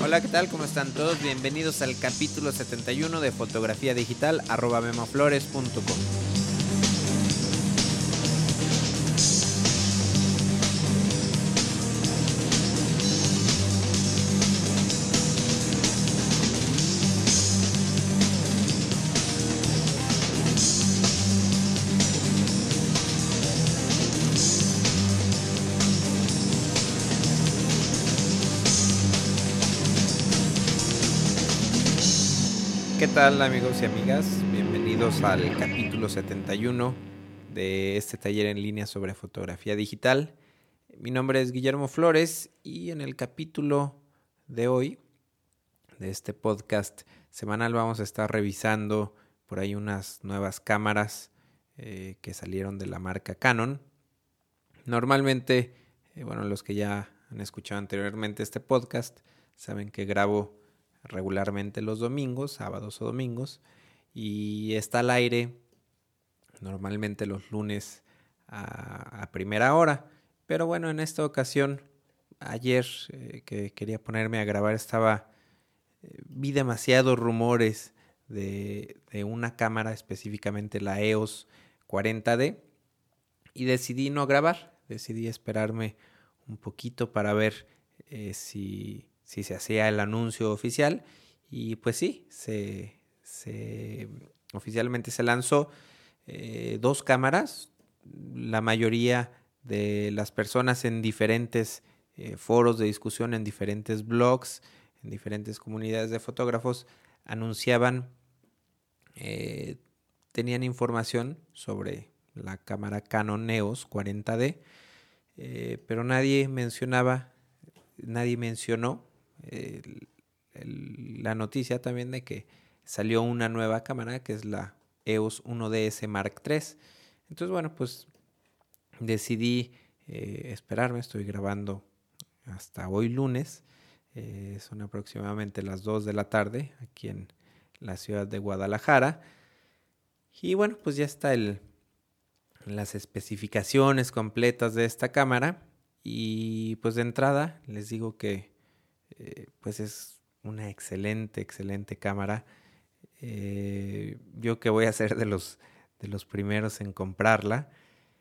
Hola, ¿qué tal? ¿Cómo están todos? Bienvenidos al capítulo 71 de Fotografía Digital, @memoflores.com. ¿Qué tal, amigos y amigas? Bienvenidos al capítulo 71 de este taller en línea sobre fotografía digital. Mi nombre es Guillermo Flores y en el capítulo de hoy de este podcast semanal vamos a estar revisando por ahí unas nuevas cámaras que salieron de la marca Canon. Normalmente, los que ya han escuchado anteriormente este podcast saben que grabo regularmente los domingos, sábados o domingos, y está al aire normalmente los lunes a primera hora. Pero bueno, en esta ocasión, ayer que quería ponerme a grabar, vi demasiados rumores de una cámara, específicamente la EOS 40D, y decidí no grabar, decidí esperarme un poquito para ver si se hacía el anuncio oficial, y pues sí, oficialmente se lanzó dos cámaras. La mayoría de las personas en diferentes foros de discusión, en diferentes blogs, en diferentes comunidades de fotógrafos, anunciaban, tenían información sobre la cámara Canon EOS 40D, pero nadie mencionó la noticia también de que salió una nueva cámara que es la EOS 1DS Mark III. Entonces, bueno, pues decidí esperarme. Estoy grabando hasta hoy lunes. Son aproximadamente las 2 de la tarde aquí en la ciudad de Guadalajara. Y bueno, pues ya está las especificaciones completas de esta cámara. Y pues de entrada les digo que pues es una excelente cámara. Yo que voy a ser de los primeros en comprarla.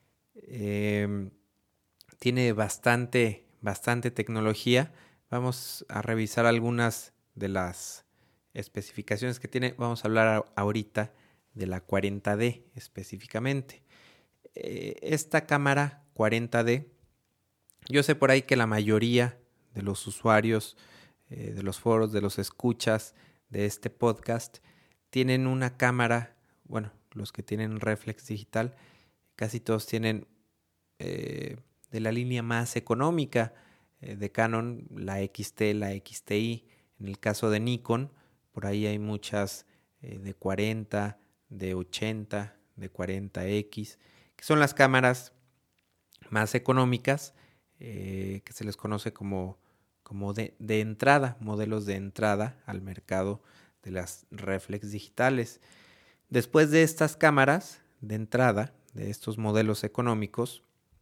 Tiene bastante tecnología. Vamos a revisar algunas de las especificaciones que tiene. Vamos a hablar ahorita de la 40D específicamente. Esta cámara 40D, yo sé por ahí que la mayoría de los usuarios, de los foros, de los escuchas de este podcast, tienen una cámara, los que tienen reflex digital, casi todos tienen de la línea más económica de Canon, la XT, la XTI. En el caso de Nikon, por ahí hay muchas de 40, de 80, de 40X, que son las cámaras más económicas, que se les conoce como de entrada, modelos de entrada al mercado de las reflex digitales. Después de estas cámaras de entrada, de estos modelos económicos,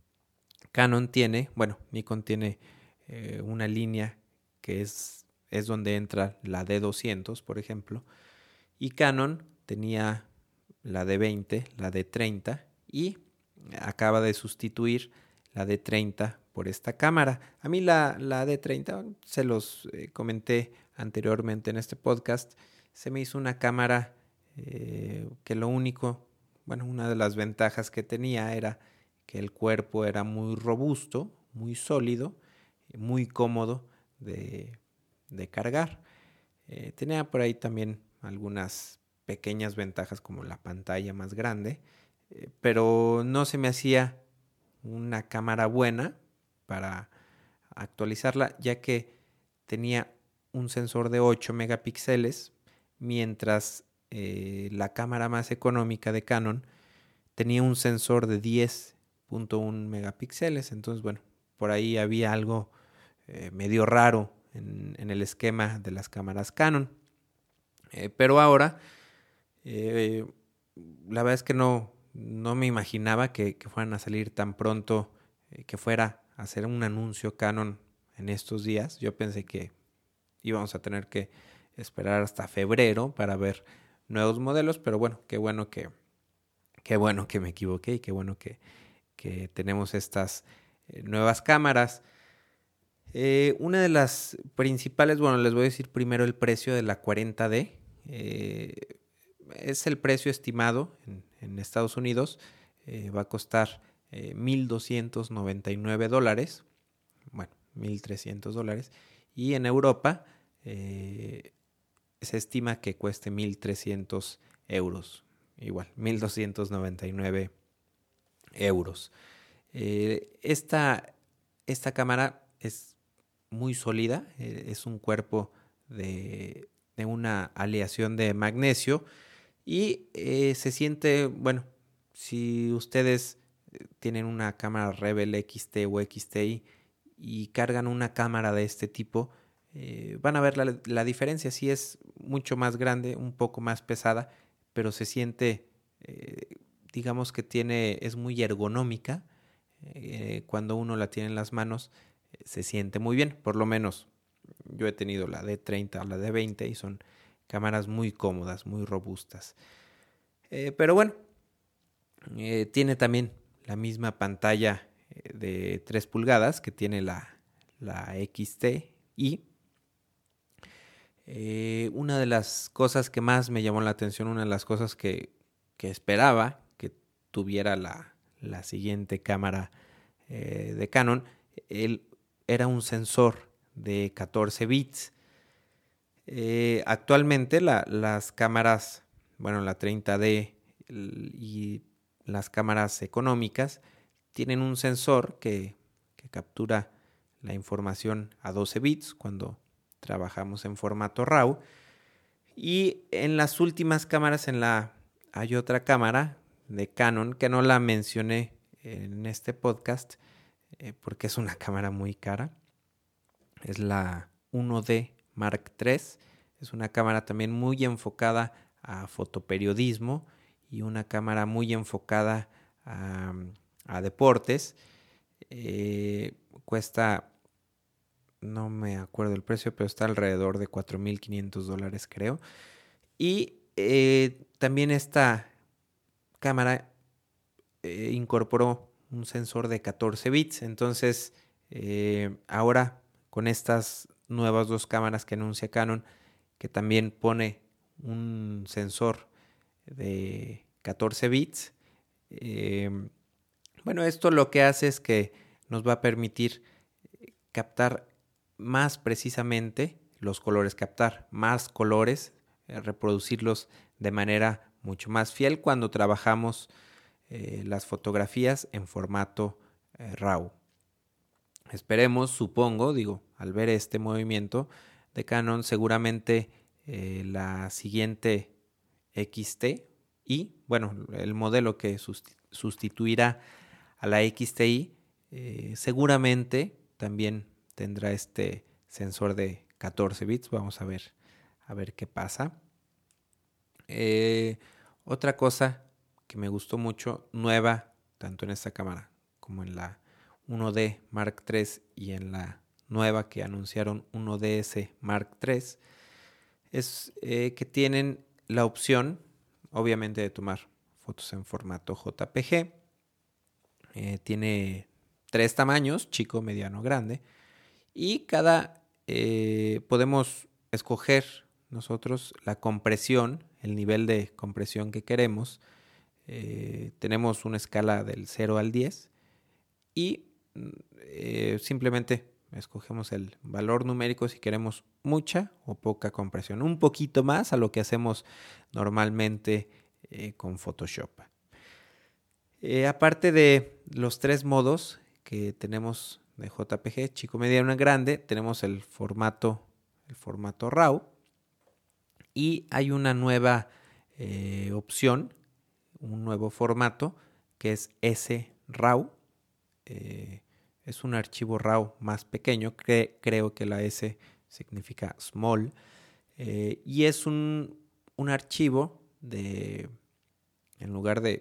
Nikon tiene una línea que es donde entra la D200, por ejemplo, y Canon tenía la D20, la D30, y acaba de sustituir la D30 por esta cámara. A mí la D30, se los comenté anteriormente en este podcast, se me hizo una cámara que una de las ventajas que tenía era que el cuerpo era muy robusto, muy sólido, muy cómodo de cargar. Tenía por ahí también algunas pequeñas ventajas como la pantalla más grande, pero no se me hacía una cámara buena para actualizarla, ya que tenía un sensor de 8 megapíxeles, mientras la cámara más económica de Canon tenía un sensor de 10.1 megapíxeles. Entonces, por ahí había algo medio raro en el esquema de las cámaras Canon. Pero ahora, la verdad es que no me imaginaba que fueran a salir tan pronto, que fuera a hacer un anuncio Canon en estos días. Yo pensé que íbamos a tener que esperar hasta febrero para ver nuevos modelos, pero bueno, qué bueno que me equivoqué y qué bueno que tenemos estas nuevas cámaras. Una de las principales, bueno, les voy a decir primero el precio de la 40D. Es el precio estimado en Estados Unidos. Va a costar $1,299. Bueno, $1,300. Y en Europa se estima que cueste 1,300 euros. Igual, 1,299 euros. Esta cámara es muy sólida, es un cuerpo de una aleación de magnesio y se siente, bueno, si ustedes tienen una cámara Rebel XT o XTI y cargan una cámara de este tipo, van a ver la diferencia. Sí es mucho más grande, un poco más pesada, pero se siente, digamos que es muy ergonómica. Cuando uno la tiene en las manos, se siente muy bien. Por lo menos yo he tenido la D30 o la D20 y son cámaras muy cómodas, muy robustas. Pero bueno, tiene también la misma pantalla de 3 pulgadas que tiene la XTI. Una de las cosas que más me llamó la atención, una de las cosas que esperaba que tuviera la siguiente cámara de Canon, era un sensor de 14 bits. Actualmente las cámaras, bueno, la 30D y las cámaras económicas tienen un sensor que captura la información a 12 bits cuando trabajamos en formato RAW. Y en las últimas cámaras, hay otra cámara de Canon que no la mencioné en este podcast porque es una cámara muy cara. Es la 1D Mark III. Es una cámara también muy enfocada a fotoperiodismo y una cámara muy enfocada a deportes. Cuesta, no me acuerdo el precio, pero está alrededor de $4,500, creo. Y también esta cámara incorporó un sensor de 14 bits. Entonces, ahora con estas nuevas 2 cámaras que anuncia Canon, que también pone un sensor de 14 bits, bueno, esto lo que hace es que nos va a permitir captar más precisamente los colores, captar más colores, reproducirlos de manera mucho más fiel cuando trabajamos las fotografías en formato RAW. Esperemos, supongo, al ver este movimiento de Canon, seguramente la siguiente XT y, bueno, el modelo que sustituirá a la XTI, seguramente también tendrá este sensor de 14 bits. Vamos a ver qué pasa. Otra cosa que me gustó mucho, nueva, tanto en esta cámara como en la 1D Mark III y en la nueva que anunciaron 1DS Mark III, es que tienen la opción, obviamente, de tomar fotos en formato JPG. Tiene 3 tamaños, chico, mediano, grande, y podemos escoger nosotros la compresión, el nivel de compresión que queremos. Tenemos una escala del 0 al 10 y simplemente escogemos el valor numérico si queremos mucha o poca compresión, un poquito más a lo que hacemos normalmente con Photoshop. Aparte de los 3 modos que tenemos de JPG, chico, mediano, grande, tenemos el formato RAW y hay una nueva opción, un nuevo formato que es SRAW. Es un archivo RAW más pequeño, creo que la S significa small, y es un archivo en lugar de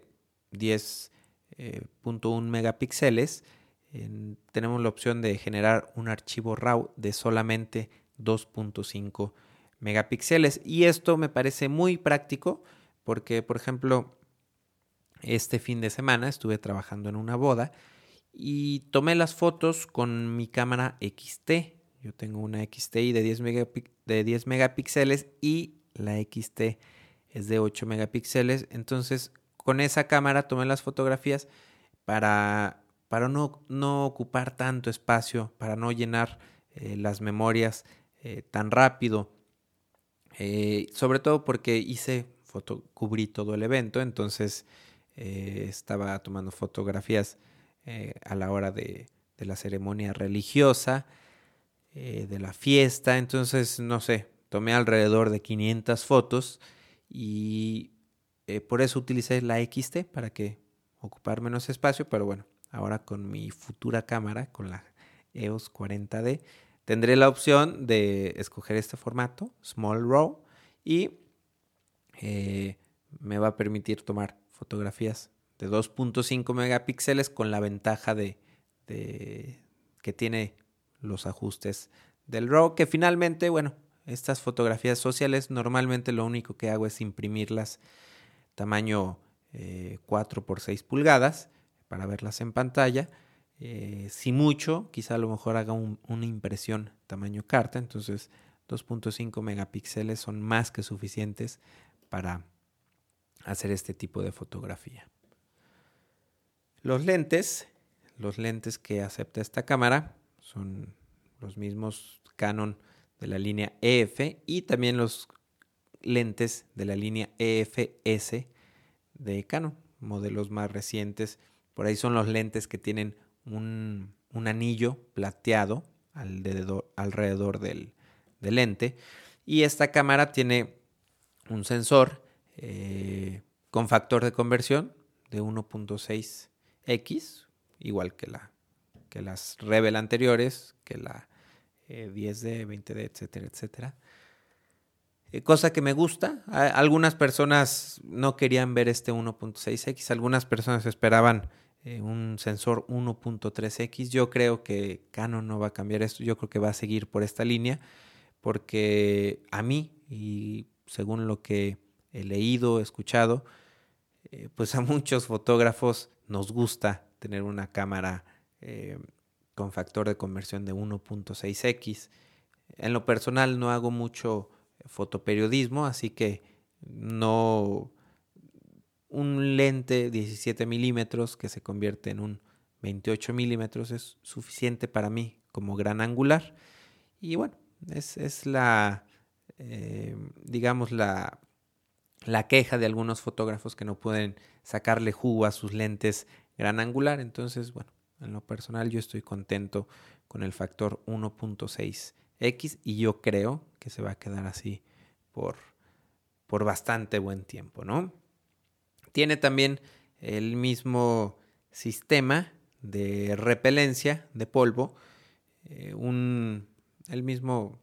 10.1 megapíxeles, tenemos la opción de generar un archivo RAW de solamente 2.5 megapíxeles. Y esto me parece muy práctico porque, por ejemplo, este fin de semana estuve trabajando en una boda y tomé las fotos con mi cámara XT. Yo tengo una XTI de 10 megapíxeles y la XT es de 8 megapíxeles. Entonces, con esa cámara tomé las fotografías para no ocupar tanto espacio, para no llenar las memorias tan rápido. Sobre todo porque cubrí todo el evento, entonces estaba tomando fotografías a la hora de la ceremonia religiosa, de la fiesta. Entonces, no sé, tomé alrededor de 500 fotos y por eso utilicé la XT para que ocupar menos espacio. Pero bueno, ahora con mi futura cámara, con la EOS 40D, tendré la opción de escoger este formato, Small RAW, y me va a permitir tomar fotografías de 2.5 megapíxeles con la ventaja de que tiene los ajustes del RAW, que finalmente, bueno, estas fotografías sociales normalmente lo único que hago es imprimirlas tamaño 4 por 6 pulgadas para verlas en pantalla. Si mucho, quizá a lo mejor haga una impresión tamaño carta, entonces 2.5 megapíxeles son más que suficientes para hacer este tipo de fotografía. Los lentes que acepta esta cámara son los mismos Canon de la línea EF y también los lentes de la línea EF-S de Canon, modelos más recientes. Por ahí son los lentes que tienen un anillo plateado alrededor del lente. Y esta cámara tiene un sensor con factor de conversión de 1.6x, igual que las Rebel anteriores, que la 10D, 20D, etcétera, etcétera. Cosa que me gusta. Algunas personas no querían ver este 1.6x, algunas personas esperaban un sensor 1.3x. Yo creo que Canon no va a cambiar esto, yo creo que va a seguir por esta línea, porque a mí, y según lo que he leído, escuchado, pues a muchos fotógrafos nos gusta tener una cámara con factor de conversión de 1.6x. En lo personal no hago mucho fotoperiodismo, así que no, un lente 17 milímetros que se convierte en un 28 milímetros es suficiente para mí como gran angular. Y bueno, es digamos la queja de algunos fotógrafos que no pueden sacarle jugo a sus lentes gran angular. Entonces, bueno, en lo personal yo estoy contento con el factor 1.6x y yo creo que se va a quedar así por bastante buen tiempo, ¿no? Tiene también el mismo sistema de repelencia de polvo, el mismo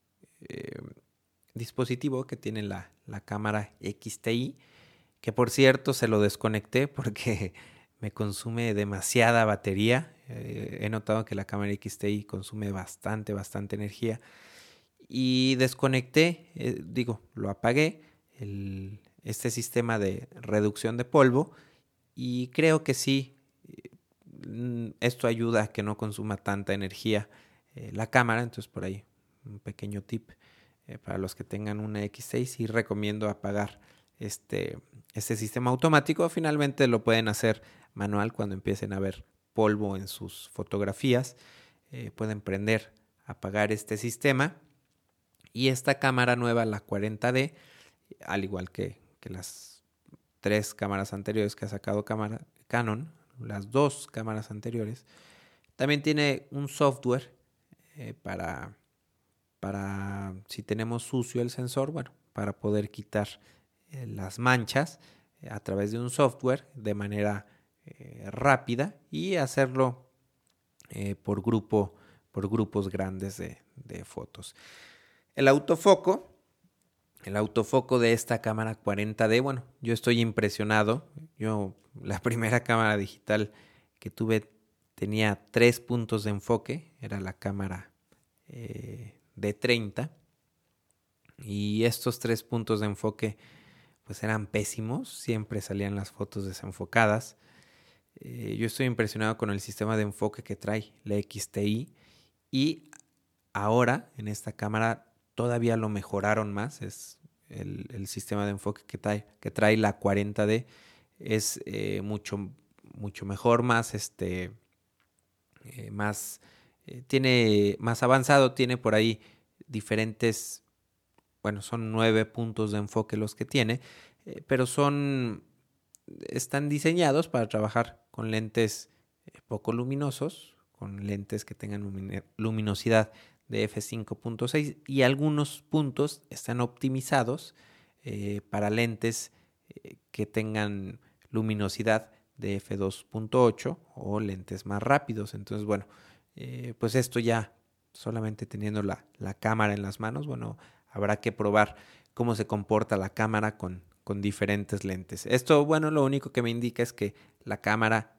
dispositivo que tiene la cámara XTI, que por cierto se lo desconecté porque me consume demasiada batería. He notado que la cámara XTI consume bastante energía y desconecté, lo apagué, este sistema de reducción de polvo, y creo que sí, esto ayuda a que no consuma tanta energía la cámara. Entonces por ahí un pequeño tip para los que tengan una X6, y recomiendo apagar este sistema automático. Finalmente lo pueden hacer manual cuando empiecen a ver polvo en sus fotografías. Pueden apagar este sistema. Y esta cámara nueva, la 40D, al igual que las 3 cámaras anteriores que ha sacado Canon, las 2 cámaras anteriores, también tiene un software para si tenemos sucio el sensor, bueno, para poder quitar las manchas a través de un software de manera rápida y hacerlo por grupos grandes de fotos. El autofoco de esta cámara 40D, bueno, yo estoy impresionado. La primera cámara digital que tuve tenía 3 puntos de enfoque, era la cámara de 30. Y estos 3 puntos de enfoque pues eran pésimos, siempre salían las fotos desenfocadas. Yo estoy impresionado con el sistema de enfoque que trae la XTI, y ahora en esta cámara todavía lo mejoraron más. Es el sistema de enfoque que trae la 40D es mucho mejor, tiene más avanzado, tiene por ahí diferentes, bueno, son 9 puntos de enfoque los que tiene, pero están diseñados para trabajar con lentes poco luminosos, con lentes que tengan luminosidad de f5.6, y algunos puntos están optimizados para lentes que tengan luminosidad de f2.8 o lentes más rápidos. Entonces, bueno, pues esto ya solamente teniendo la cámara en las manos, bueno, habrá que probar cómo se comporta la cámara con diferentes lentes. Esto, bueno, lo único que me indica es que la cámara,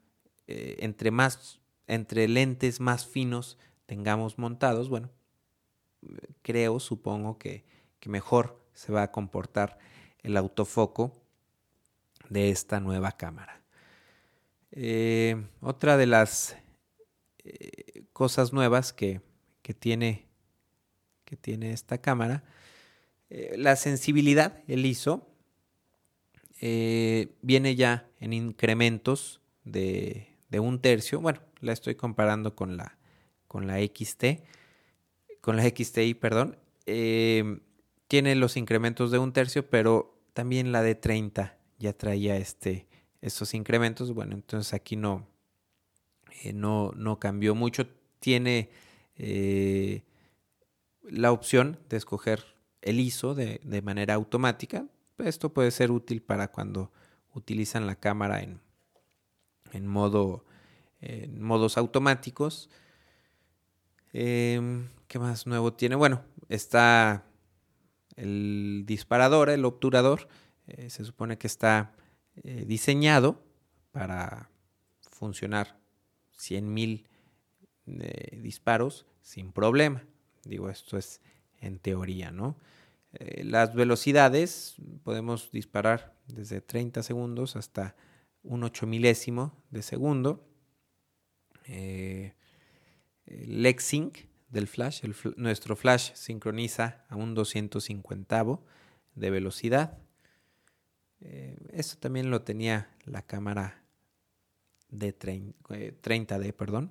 entre lentes más finos tengamos montados, bueno, supongo que mejor se va a comportar el autofoco de esta nueva cámara. Otra de las cosas nuevas que tiene esta cámara, la sensibilidad, el ISO, viene ya en incrementos de 1/3. Bueno, la estoy comparando con la XTI, perdón. Tiene los incrementos de 1/3, pero también la de 30 ya traía estos incrementos. Bueno, entonces aquí no cambió mucho. Tiene la opción de escoger el ISO de manera automática. Esto puede ser útil para cuando utilizan la cámara en modos automáticos. ¿Qué más nuevo tiene? Bueno, está el disparador, el obturador. Se supone que está diseñado para funcionar 100,000 disparos sin problema. Digo, esto es en teoría, ¿no? Las velocidades, podemos disparar desde 30 segundos hasta un 8 milésimo de segundo. El X-Sync del flash, nuestro flash sincroniza a un 250 de velocidad. Esto también lo tenía la cámara de 30D, perdón.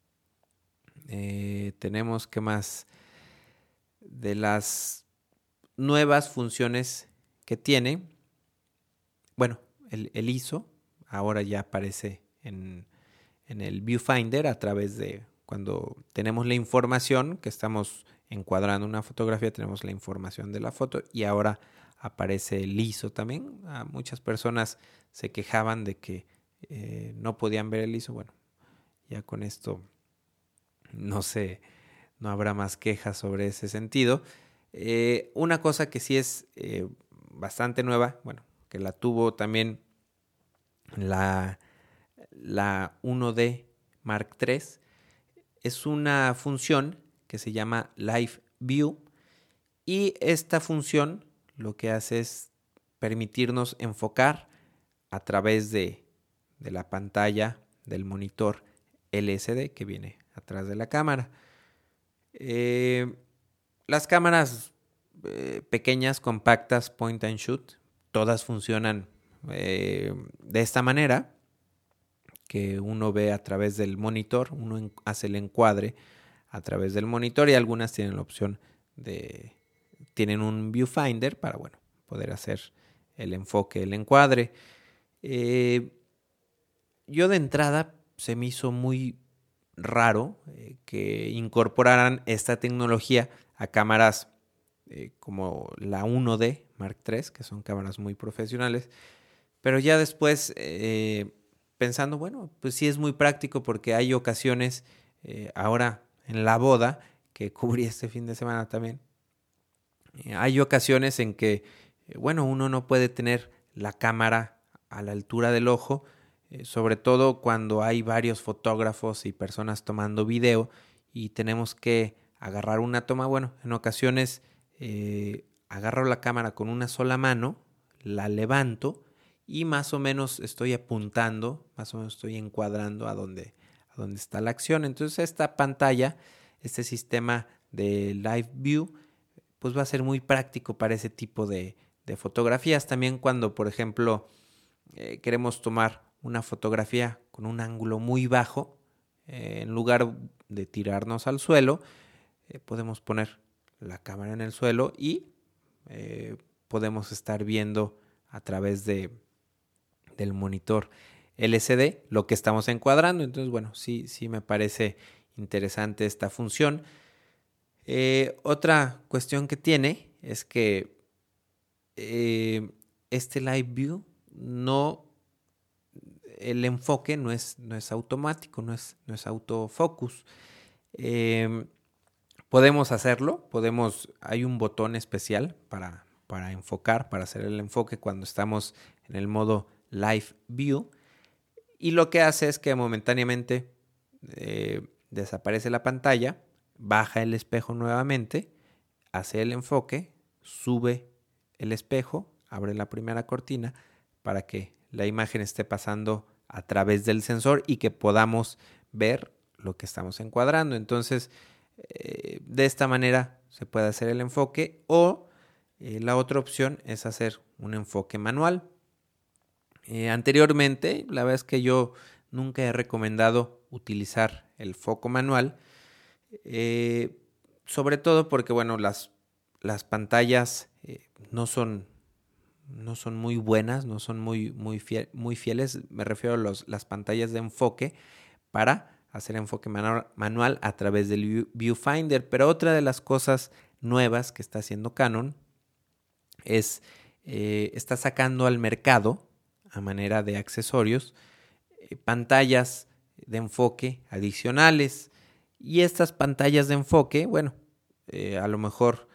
Tenemos que más de las nuevas funciones que tiene. Bueno, el ISO ahora ya aparece en el viewfinder a través de cuando tenemos la información que estamos encuadrando una fotografía, tenemos la información de la foto y ahora aparece el ISO también. Muchas personas se quejaban de que no podían ver el ISO. Bueno, ya con esto no habrá más quejas sobre ese sentido. Una cosa que sí es bastante nueva, bueno, que la tuvo también la 1D Mark III, es una función que se llama Live View, y esta función lo que hace es permitirnos enfocar a través de la pantalla del monitor LCD que viene atrás de la cámara. Las cámaras pequeñas, compactas, point and shoot, todas funcionan de esta manera, que uno ve a través del monitor, uno hace el encuadre a través del monitor, y algunas tienen la opción tienen un viewfinder para, bueno, poder hacer el enfoque, el encuadre. Yo de entrada se me hizo muy raro que incorporaran esta tecnología a cámaras como la 1D Mark III, que son cámaras muy profesionales, pero ya después pensando, bueno, pues sí es muy práctico, porque hay ocasiones, ahora en la boda que cubrí este fin de semana también, hay ocasiones en que, bueno, uno no puede tener la cámara a la altura del ojo, sobre todo cuando hay varios fotógrafos y personas tomando video y tenemos que agarrar una toma. Bueno, en ocasiones agarro la cámara con una sola mano, la levanto y más o menos estoy apuntando, más o menos estoy encuadrando a donde está la acción. Entonces esta pantalla, este sistema de Live View, pues va a ser muy práctico para ese tipo de fotografías. También cuando, por ejemplo, queremos tomar una fotografía con un ángulo muy bajo, en lugar de tirarnos al suelo, podemos poner la cámara en el suelo y podemos estar viendo a través del monitor LCD lo que estamos encuadrando. Entonces, bueno, sí me parece interesante esta función. Otra cuestión que tiene es que este Live View el enfoque no es automático, no es autofocus. Podemos hacerlo, hay un botón especial para enfocar, para hacer el enfoque cuando estamos en el modo Live View, y lo que hace es que momentáneamente desaparece la pantalla, baja el espejo nuevamente, hace el enfoque, sube el espejo, abre la primera cortina para que la imagen esté pasando a través del sensor y que podamos ver lo que estamos encuadrando. Entonces, de esta manera se puede hacer el enfoque, o la otra opción es hacer un enfoque manual. Anteriormente, la verdad es que yo nunca he recomendado utilizar el foco manual, sobre todo porque, bueno, las pantallas no son muy buenas, no son muy fieles. Me refiero a las pantallas de enfoque para hacer enfoque manual a través del viewfinder. Pero otra de las cosas nuevas que está haciendo Canon es está sacando al mercado, a manera de accesorios, pantallas de enfoque adicionales. Y estas pantallas de enfoque, bueno, a lo mejor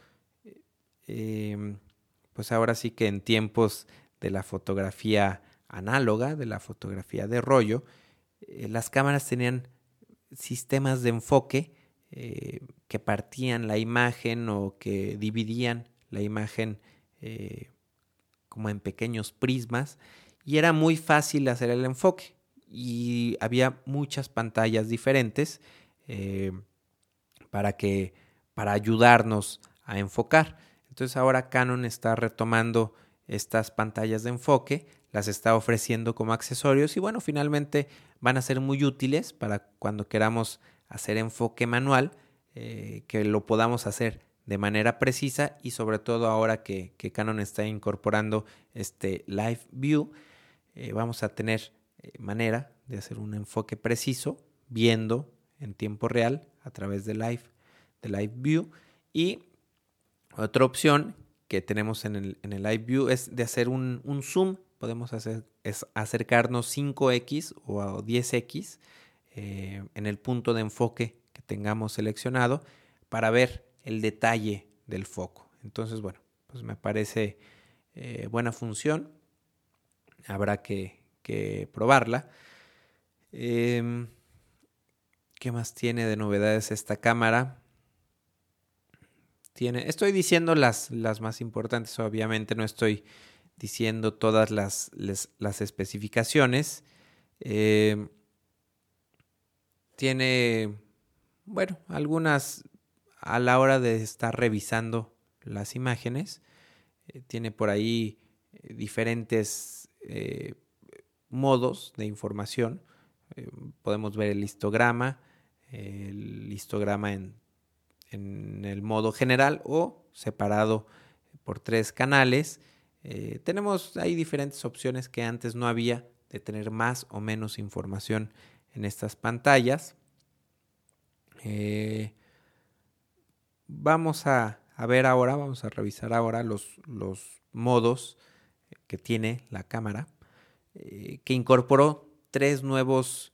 pues ahora sí que en tiempos de la fotografía análoga, de la fotografía de rollo, las cámaras tenían sistemas de enfoque que partían la imagen o que dividían la imagen como en pequeños prismas, y era muy fácil hacer el enfoque, y había muchas pantallas diferentes para ayudarnos a enfocar. Entonces ahora Canon está retomando estas pantallas de enfoque, las está ofreciendo como accesorios, y bueno, finalmente van a ser muy útiles para cuando queramos hacer enfoque manual, que lo podamos hacer de manera precisa, y sobre todo ahora que Canon está incorporando este Live View, vamos a tener manera de hacer un enfoque preciso viendo en tiempo real a través de Live View. Y otra opción que tenemos en el Live View es de hacer un zoom. Podemos acercarnos 5x o 10x en el punto de enfoque que tengamos seleccionado para ver el detalle del foco. Entonces, bueno, pues me parece buena función. Habrá que probarla. ¿Qué más tiene de novedades esta cámara? Estoy diciendo las más importantes, obviamente no estoy diciendo todas las especificaciones. Tiene, bueno, algunas a la hora de estar revisando las imágenes. Tiene por ahí diferentes modos de información. Podemos ver el histograma en el modo general o separado por 3 canales. Tenemos ahí diferentes opciones que antes no había, de tener más o menos información en estas pantallas. Vamos a revisar ahora los modos que tiene la cámara, que incorporó 3 nuevos,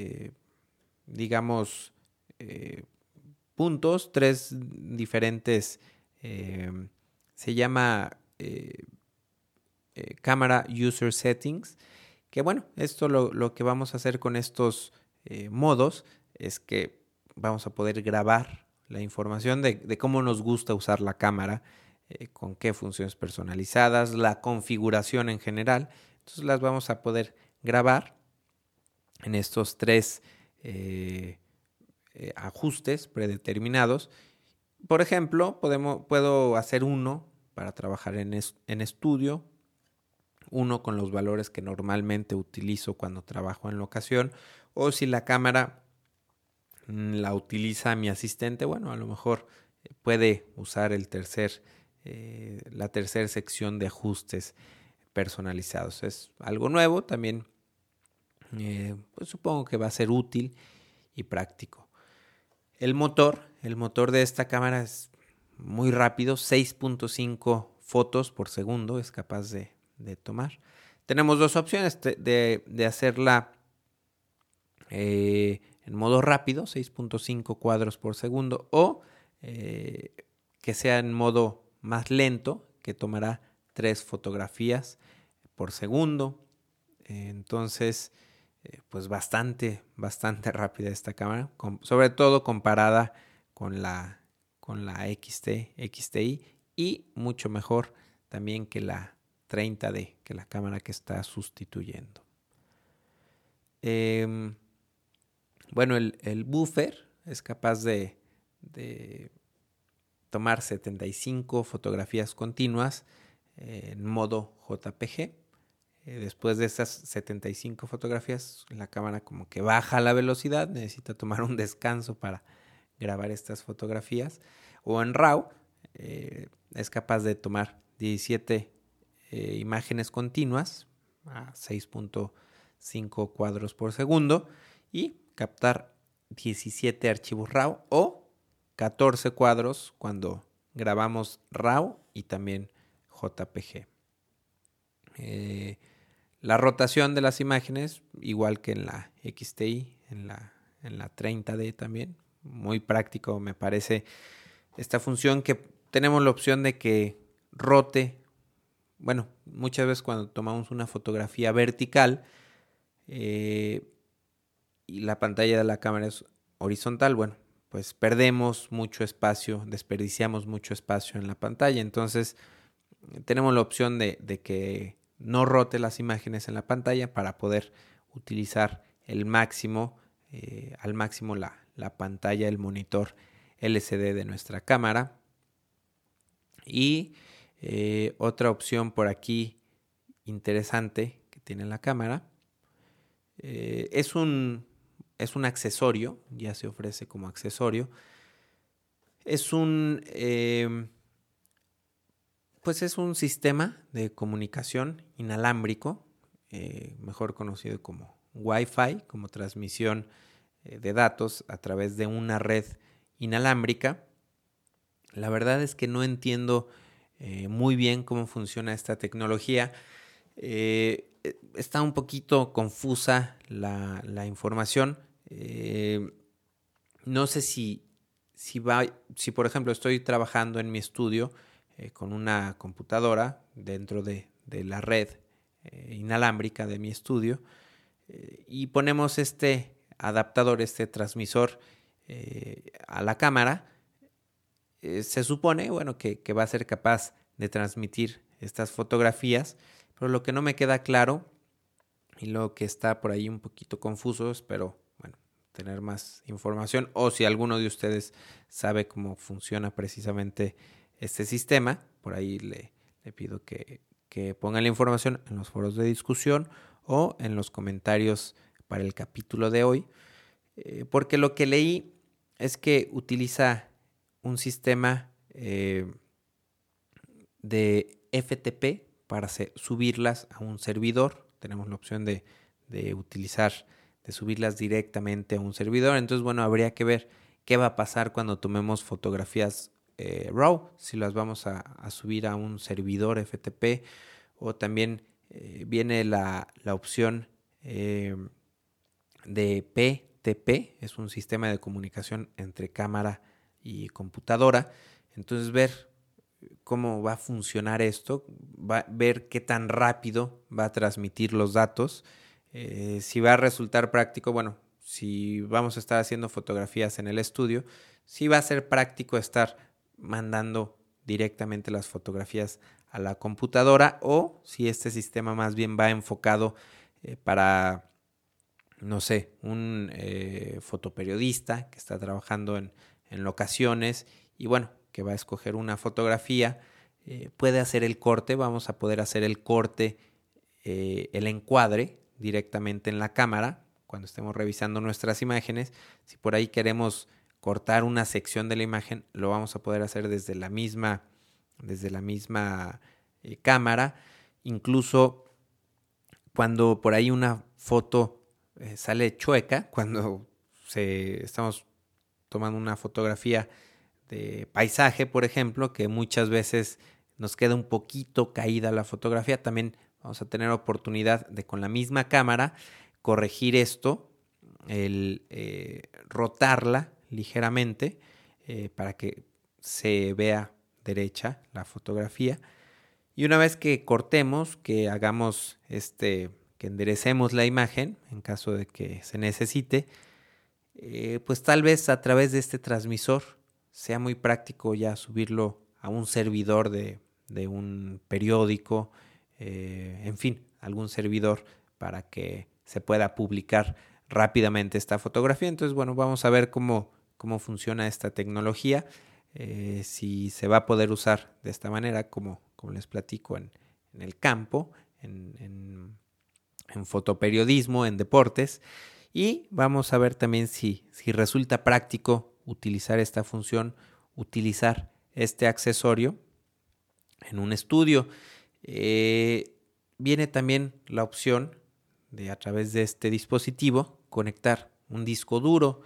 puntos, 3 diferentes, se llama Camera User Settings, que bueno, esto lo que vamos a hacer con estos modos es que vamos a poder grabar la información de cómo nos gusta usar la cámara, con qué funciones personalizadas, la configuración en general. Entonces las vamos a poder grabar en estos 3 ajustes predeterminados. Por ejemplo, puedo hacer uno para trabajar en estudio, uno con los valores que normalmente utilizo cuando trabajo en locación, o si la cámara la utiliza mi asistente, bueno, a lo mejor puede usar la tercera sección de ajustes personalizados. Es algo nuevo, también pues supongo que va a ser útil y práctico. El motor de esta cámara es muy rápido, 6.5 fotos por segundo es capaz de tomar. Tenemos 2 opciones de hacerla en modo rápido, 6.5 cuadros por segundo, o que sea en modo más lento, que tomará 3 fotografías por segundo. Entonces, pues bastante rápida esta cámara, sobre todo comparada con la XTI, y mucho mejor también que la 30D, que la cámara que está sustituyendo. Bueno, el buffer es capaz de tomar 75 fotografías continuas en modo JPG. Después de esas 75 fotografías, la cámara como que baja la velocidad, necesita tomar un descanso para grabar estas fotografías. O en RAW, es capaz de tomar 17 imágenes continuas a 6.5 cuadros por segundo y captar 17 archivos RAW o 14 cuadros cuando grabamos RAW y también JPG. La rotación de las imágenes, igual que en la XTI, en la 30D también, muy práctico me parece esta función, que tenemos la opción de que rote. Bueno, muchas veces cuando tomamos una fotografía vertical y la pantalla de la cámara es horizontal, bueno, pues perdemos mucho espacio, desperdiciamos mucho espacio en la pantalla. Entonces tenemos la opción de que no rote las imágenes en la pantalla para poder utilizar al máximo la pantalla, el monitor LCD de nuestra cámara. Y otra opción por aquí interesante que tiene la cámara es un accesorio, ya se ofrece como accesorio. Es un sistema de comunicación inalámbrico, mejor conocido como Wi-Fi, como transmisión de datos a través de una red inalámbrica. La verdad es que no entiendo muy bien cómo funciona esta tecnología. Está un poquito confusa la información. No sé si por ejemplo estoy trabajando en mi estudio con una computadora dentro de la red inalámbrica de mi estudio y ponemos este adaptador, este transmisor a la cámara. Se supone, bueno, que va a ser capaz de transmitir estas fotografías, pero lo que no me queda claro y lo que está por ahí un poquito confuso, espero, bueno, tener más información, o si alguno de ustedes sabe cómo funciona precisamente este sistema, por ahí le pido que pongan la información en los foros de discusión o en los comentarios para el capítulo de hoy, porque lo que leí es que utiliza un sistema de FTP para subirlas a un servidor. Tenemos la opción de subirlas directamente a un servidor. Entonces, bueno, habría que ver qué va a pasar cuando tomemos fotografías RAW, si las vamos a subir a un servidor FTP, o también viene la opción de PTP, es un sistema de comunicación entre cámara y computadora. Entonces, ver cómo va a funcionar esto, ver qué tan rápido va a transmitir los datos, si va a resultar práctico. Bueno, si vamos a estar haciendo fotografías en el estudio, sí va a ser práctico estar mandando directamente las fotografías a la computadora, o si este sistema más bien va enfocado para, no sé, un fotoperiodista que está trabajando en locaciones y bueno, que va a escoger una fotografía, puede hacer el corte, vamos a poder hacer el corte, el encuadre directamente en la cámara cuando estemos revisando nuestras imágenes. Si por ahí queremos cortar una sección de la imagen, lo vamos a poder hacer desde la misma cámara. Incluso cuando por ahí una foto sale chueca, cuando estamos tomando una fotografía de paisaje, por ejemplo, que muchas veces nos queda un poquito caída la fotografía, también vamos a tener oportunidad de con la misma cámara corregir esto, el rotarla ligeramente para que se vea derecha la fotografía. Y una vez que cortemos, que hagamos que enderecemos la imagen, en caso de que se necesite, pues tal vez a través de este transmisor sea muy práctico ya subirlo a un servidor de un periódico, en fin, algún servidor para que se pueda publicar rápidamente esta fotografía. Entonces, bueno, vamos a ver cómo funciona esta tecnología, si se va a poder usar de esta manera, como les platico, en el campo, en fotoperiodismo, en deportes. Y vamos a ver también si resulta práctico utilizar esta función, utilizar este accesorio en un estudio. Viene también la opción de, a través de este dispositivo, conectar un disco duro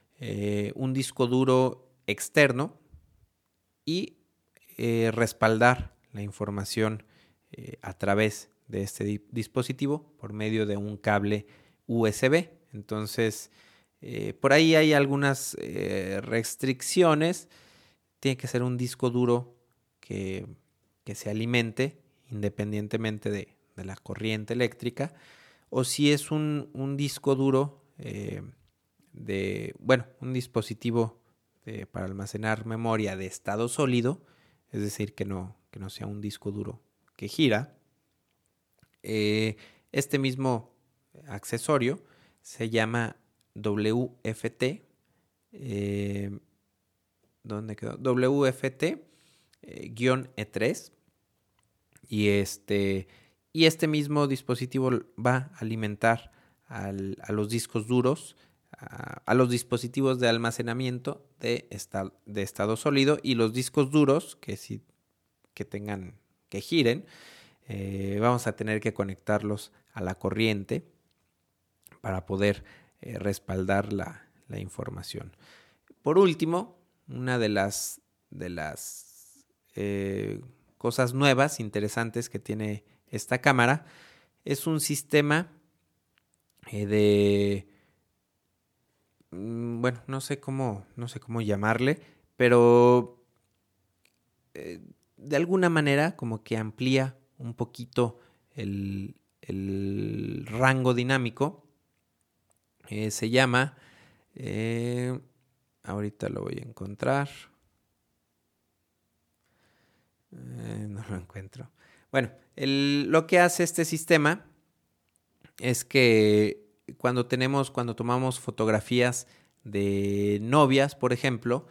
externo y respaldar la información a través de este dispositivo por medio de un cable USB. Entonces, por ahí hay algunas restricciones. Tiene que ser un disco duro que se alimente independientemente de la corriente eléctrica, o si es un disco duro un dispositivo para almacenar memoria de estado sólido, es decir, que no sea un disco duro que gira. Este mismo accesorio se llama WFT. ¿Dónde quedó? WFT-E3. Y este mismo dispositivo va a alimentar a los discos duros, a los dispositivos de almacenamiento de estado sólido, y los discos duros que giren, vamos a tener que conectarlos a la corriente para poder respaldar la información. Por último, una de las cosas nuevas, interesantes que tiene esta cámara, es un sistema no sé cómo llamarle, pero de alguna manera como que amplía un poquito el rango dinámico. Se llama, ahorita lo voy a encontrar. No lo encuentro. Bueno, lo que hace este sistema es que cuando tomamos fotografías de novias, por ejemplo,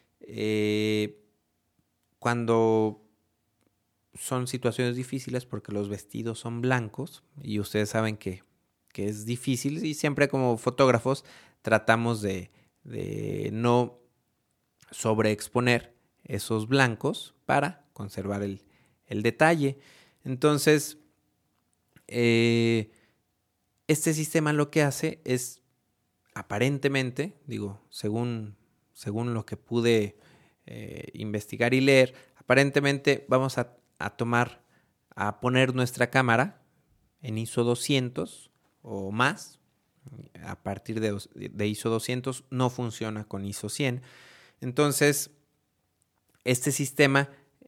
cuando son situaciones difíciles porque los vestidos son blancos y ustedes saben que es difícil, y siempre como fotógrafos tratamos de no sobreexponer esos blancos para conservar el detalle. Entonces, este sistema lo que hace es, aparentemente, según lo que pude investigar y leer, aparentemente vamos a poner nuestra cámara en ISO 200 o más. A partir de ISO 200 no funciona con ISO 100. Entonces, este sistema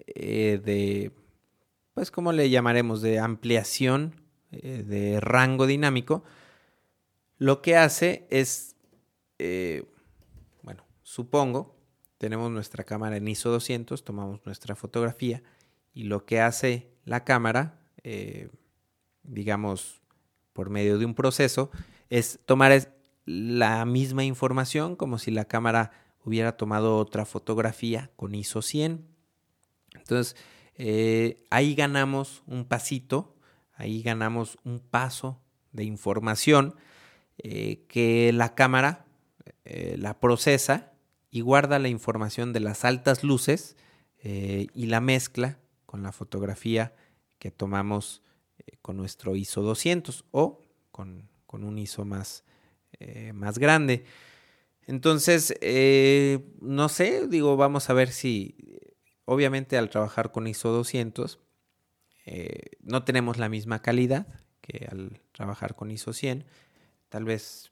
¿cómo le llamaremos? De ampliación de rango dinámico, lo que hace es, supongo tenemos nuestra cámara en ISO 200, tomamos nuestra fotografía y lo que hace la cámara, digamos, por medio de un proceso, es tomar la misma información como si la cámara hubiera tomado otra fotografía con ISO 100. Entonces, ahí ganamos un pasito, ahí ganamos un paso de información que la cámara la procesa y guarda la información de las altas luces y la mezcla con la fotografía que tomamos con nuestro ISO 200 o con un ISO más grande. Entonces, no sé, digo, vamos a ver si, obviamente al trabajar con ISO 200, no tenemos la misma calidad que al trabajar con ISO 100. Tal vez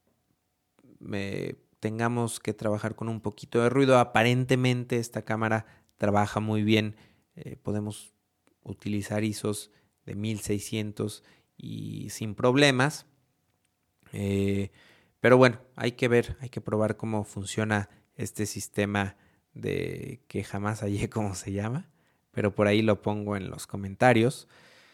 tengamos que trabajar con un poquito de ruido. Aparentemente esta cámara trabaja muy bien. Podemos utilizar ISOs de 1600 y sin problemas. Pero bueno, hay que ver, hay que probar cómo funciona este sistema que jamás hallé cómo se llama, pero por ahí lo pongo en los comentarios.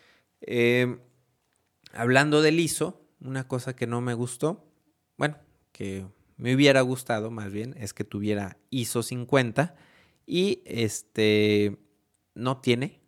Hablando del ISO, una cosa que no me gustó, bueno, que me hubiera gustado más bien, es que tuviera ISO 50 y no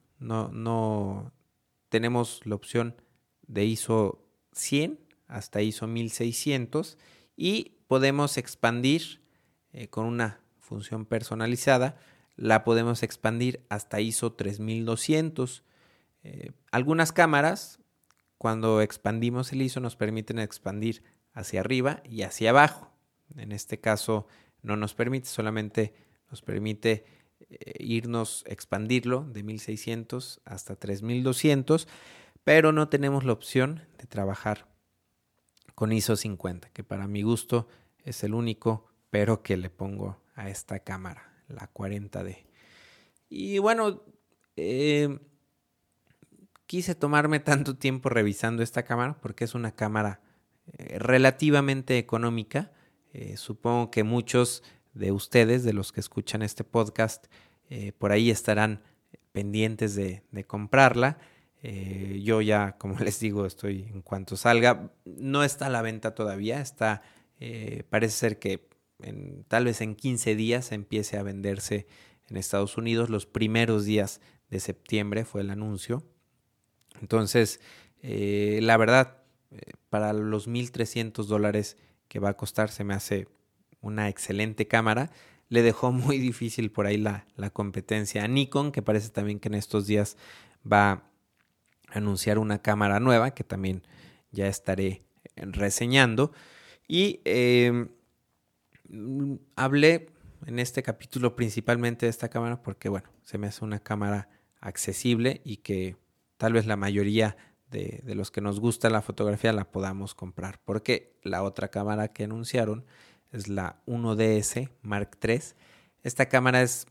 tenemos la opción de ISO 100 hasta ISO 1600 y podemos expandir con una función personalizada, la podemos expandir hasta ISO 3200. Algunas cámaras, cuando expandimos el ISO, nos permiten expandir hacia arriba y hacia abajo. En este caso no nos permite, solamente nos permite expandirlo de 1600 hasta 3200, pero no tenemos la opción de trabajar con ISO 50, que para mi gusto es el único pero que le pongo a esta cámara, la 40D. Y bueno, quise tomarme tanto tiempo revisando esta cámara porque es una cámara relativamente económica. Supongo que muchos de ustedes, de los que escuchan este podcast, por ahí estarán pendientes de comprarla. Yo ya, como les digo, estoy en cuanto salga. No está a la venta todavía, parece ser que tal vez en 15 días empiece a venderse en Estados Unidos. Los primeros días de septiembre fue el anuncio. Entonces, la verdad, para los $1,300 que va a costar, se me hace una excelente cámara. Le dejó muy difícil por ahí la competencia a Nikon, que parece también que en estos días va a anunciar una cámara nueva, que también ya estaré reseñando. Y hablé en este capítulo principalmente de esta cámara porque, bueno, se me hace una cámara accesible y que tal vez la mayoría de los que nos gusta la fotografía la podamos comprar, porque la otra cámara que anunciaron es la 1DS Mark III. Esta cámara es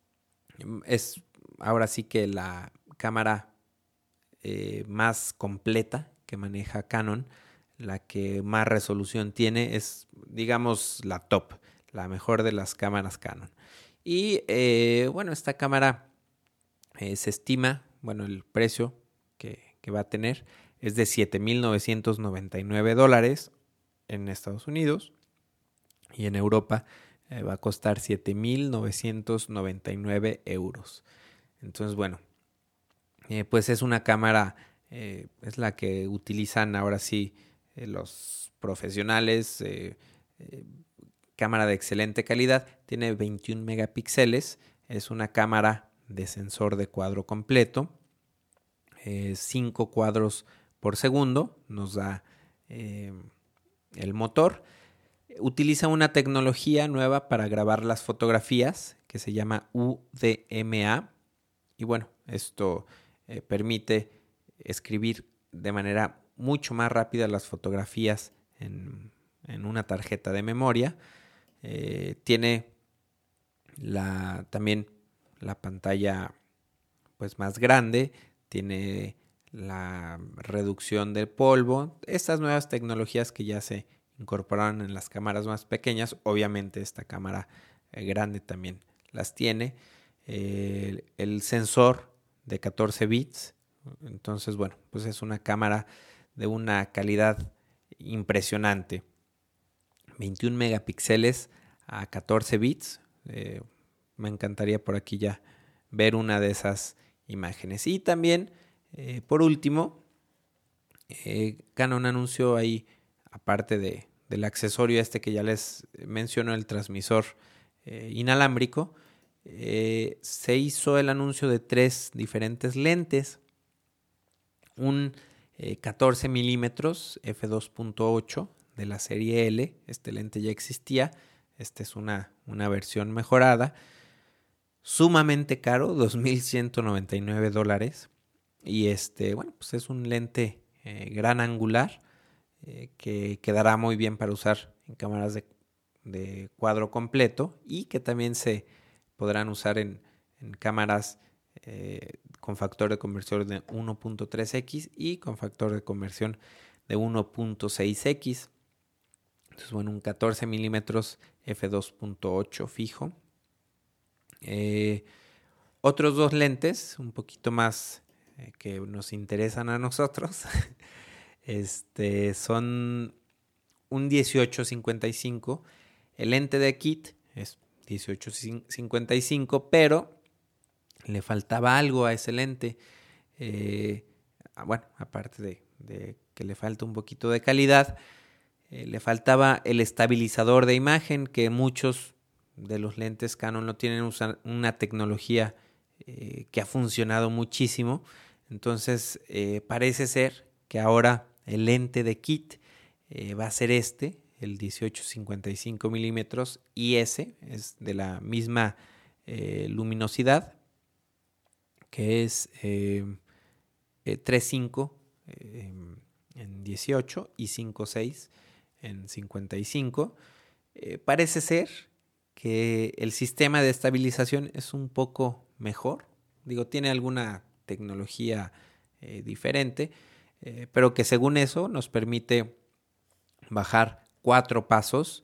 ahora sí que la cámara más completa que maneja Canon, la que más resolución tiene, es, digamos, la top, la mejor de las cámaras Canon. Y bueno, esta cámara se estima, bueno, el precio que va a tener es de $7,999 en Estados Unidos, y en Europa va a costar 7,999 euros. Entonces, bueno, pues es una cámara, es la que utilizan ahora sí los profesionales, cámara de excelente calidad, tiene 21 megapíxeles, es una cámara de sensor de cuadro completo, 5 cuadros por segundo nos da el motor. Utiliza una tecnología nueva para grabar las fotografías que se llama UDMA, y bueno, esto permite escribir de manera mucho más rápida las fotografías en una tarjeta de memoria. Tiene también la pantalla pues más grande, tiene la reducción del polvo, estas nuevas tecnologías que ya se incorporaron en las cámaras más pequeñas. Obviamente esta cámara grande también las tiene. El sensor de 14 bits. Entonces, bueno, pues es una cámara de una calidad impresionante. 21 megapíxeles a 14 bits. Me encantaría por aquí ya ver una de esas imágenes. Y también, por último, Canon anunció ahí, aparte del accesorio este que ya les menciono, el transmisor inalámbrico, se hizo el anuncio de 3 diferentes lentes. Un 14 milímetros f2.8 de la serie L. Este lente ya existía. Esta es una versión mejorada. Sumamente caro, $2,199. Y bueno, pues es un lente gran angular que quedará muy bien para usar en cámaras de cuadro completo y que también se podrán usar en cámaras con factor de conversión de 1.3x y con factor de conversión de 1.6x. Entonces, bueno, un 14 milímetros f2.8 fijo. Otros 2 lentes, un poquito más que nos interesan a nosotros, son un 18-55. El lente de kit es 18-55, pero le faltaba algo a ese lente. Bueno, aparte de que le falta un poquito de calidad, le faltaba el estabilizador de imagen, que muchos de los lentes Canon no tienen, usan una tecnología que ha funcionado muchísimo. Entonces parece ser que ahora el lente de kit va a ser el 18-55 milímetros, y ese es de la misma luminosidad, que es 3.5 en 18 y 5.6 en 55. Parece ser que el sistema de estabilización es un poco mejor. Digo, tiene alguna tecnología diferente, pero que según eso nos permite bajar 4 pasos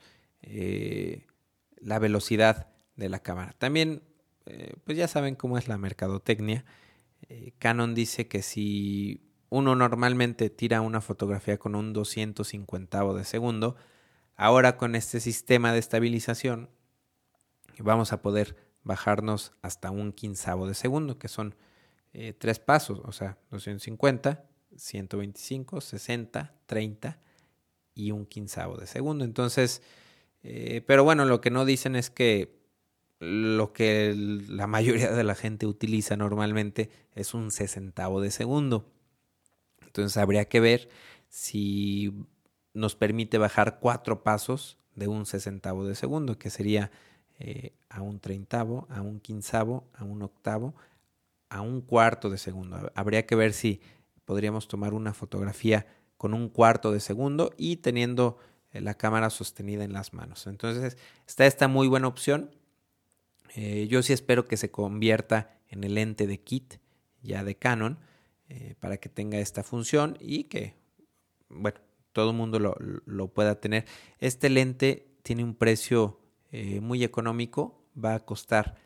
la velocidad de la cámara. También, pues ya saben cómo es la mercadotecnia. Canon dice que si uno normalmente tira una fotografía con un 250avo de segundo, ahora con este sistema de estabilización vamos a poder bajarnos hasta un 15avo de segundo, que son 3 pasos, o sea, 250, 125, 60, 30 y un 15avo de segundo. Entonces, pero bueno, lo que no dicen es que lo que la mayoría de la gente utiliza normalmente es un 60avo de segundo. Entonces habría que ver si nos permite bajar 4 pasos de un 60avo de segundo, que sería a un 30avo, a un 15avo, a un octavo, a un cuarto de segundo. Habría que ver si podríamos tomar una fotografía con un cuarto de segundo y teniendo la cámara sostenida en las manos. Entonces está esta muy buena opción. Yo sí espero que se convierta en el lente de kit ya de Canon, para que tenga esta función y que, bueno, todo el mundo lo pueda tener. Este lente tiene un precio muy económico, va a costar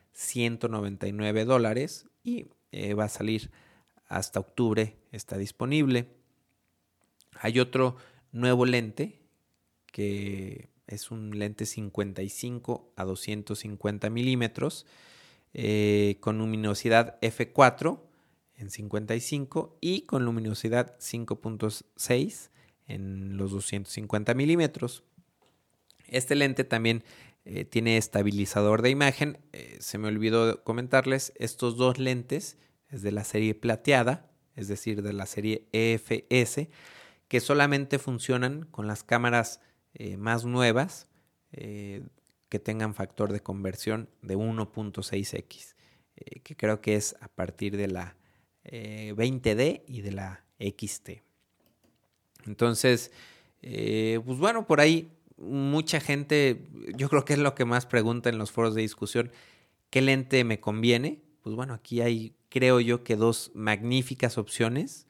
$199 y va a salir hasta octubre, está disponible. Hay otro nuevo lente que es un lente 55 a 250 milímetros con luminosidad f4 en 55 y con luminosidad 5.6 en los 250 milímetros. Este lente también tiene estabilizador de imagen. Se me olvidó comentarles, estos 2 lentes es de la serie plateada, es decir, de la serie EFS, que solamente funcionan con las cámaras más nuevas que tengan factor de conversión de 1.6x, que creo que es a partir de la 20D y de la XT. Entonces, pues bueno, por ahí mucha gente, yo creo que es lo que más pregunta en los foros de discusión, ¿qué lente me conviene? Pues bueno, aquí hay, creo yo, que 2 magníficas opciones.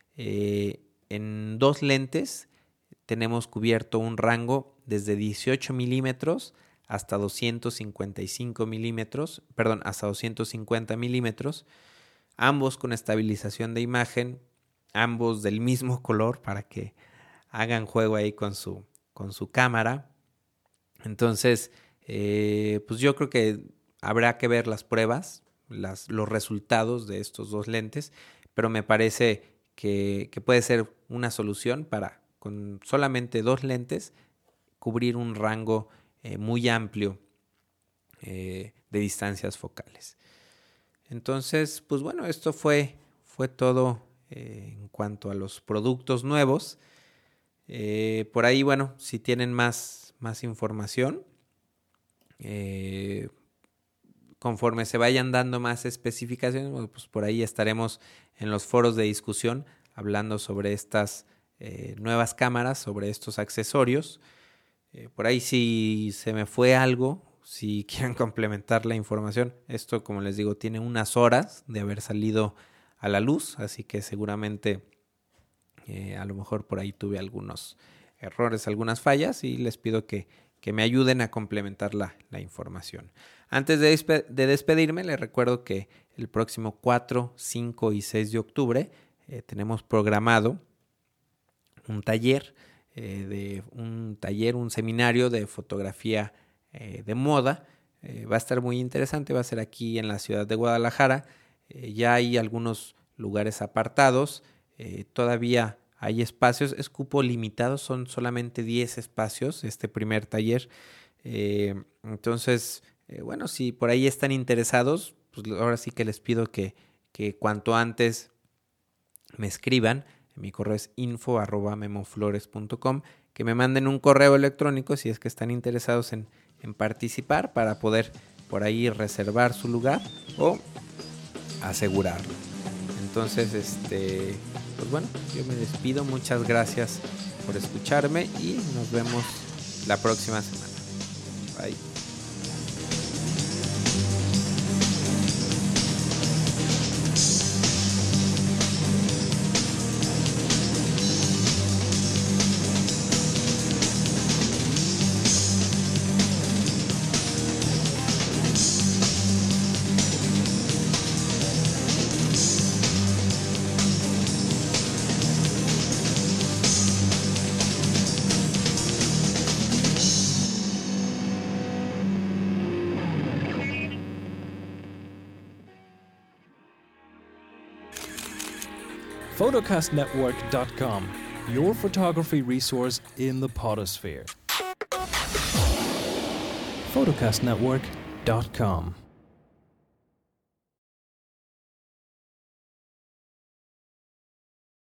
En 2 lentes tenemos cubierto un rango desde 18 milímetros hasta 255 milímetros, hasta 250 milímetros, ambos con estabilización de imagen, ambos del mismo color para que hagan juego ahí con su cámara. Entonces, pues yo creo que habrá que ver las pruebas, los resultados de estos dos lentes, pero me parece que puede ser una solución para, con solamente dos lentes, cubrir un rango muy amplio de distancias focales. Entonces, pues bueno, esto fue todo en cuanto a los productos nuevos. Por ahí, bueno, si tienen más información, conforme se vayan dando más especificaciones, bueno, pues por ahí estaremos en los foros de discusión hablando sobre estas nuevas cámaras, sobre estos accesorios. Por ahí si se me fue algo, si quieren complementar la información, esto, como les digo, tiene unas horas de haber salido a la luz, así que seguramente a lo mejor por ahí tuve algunos errores, algunas fallas, y les pido que me ayuden a complementar la información. Antes de despedirme, les recuerdo que el próximo 4, 5 y 6 de octubre tenemos programado un taller, un seminario de fotografía de moda. Va a estar muy interesante, va a ser aquí en la ciudad de Guadalajara. Ya hay algunos lugares apartados, todavía hay espacios, es cupo limitado, son solamente 10 espacios este primer taller. Entonces, bueno, si por ahí están interesados, pues ahora sí que les pido que cuanto antes me escriban. Mi correo es info@memoflores.com, que me manden un correo electrónico si es que están interesados en participar, para poder por ahí reservar su lugar o asegurarlo. Entonces, pues bueno, yo me despido. Muchas gracias por escucharme y nos vemos la próxima semana. Bye. Photocastnetwork.com, your photography resource in the potosphere. Photocastnetwork.com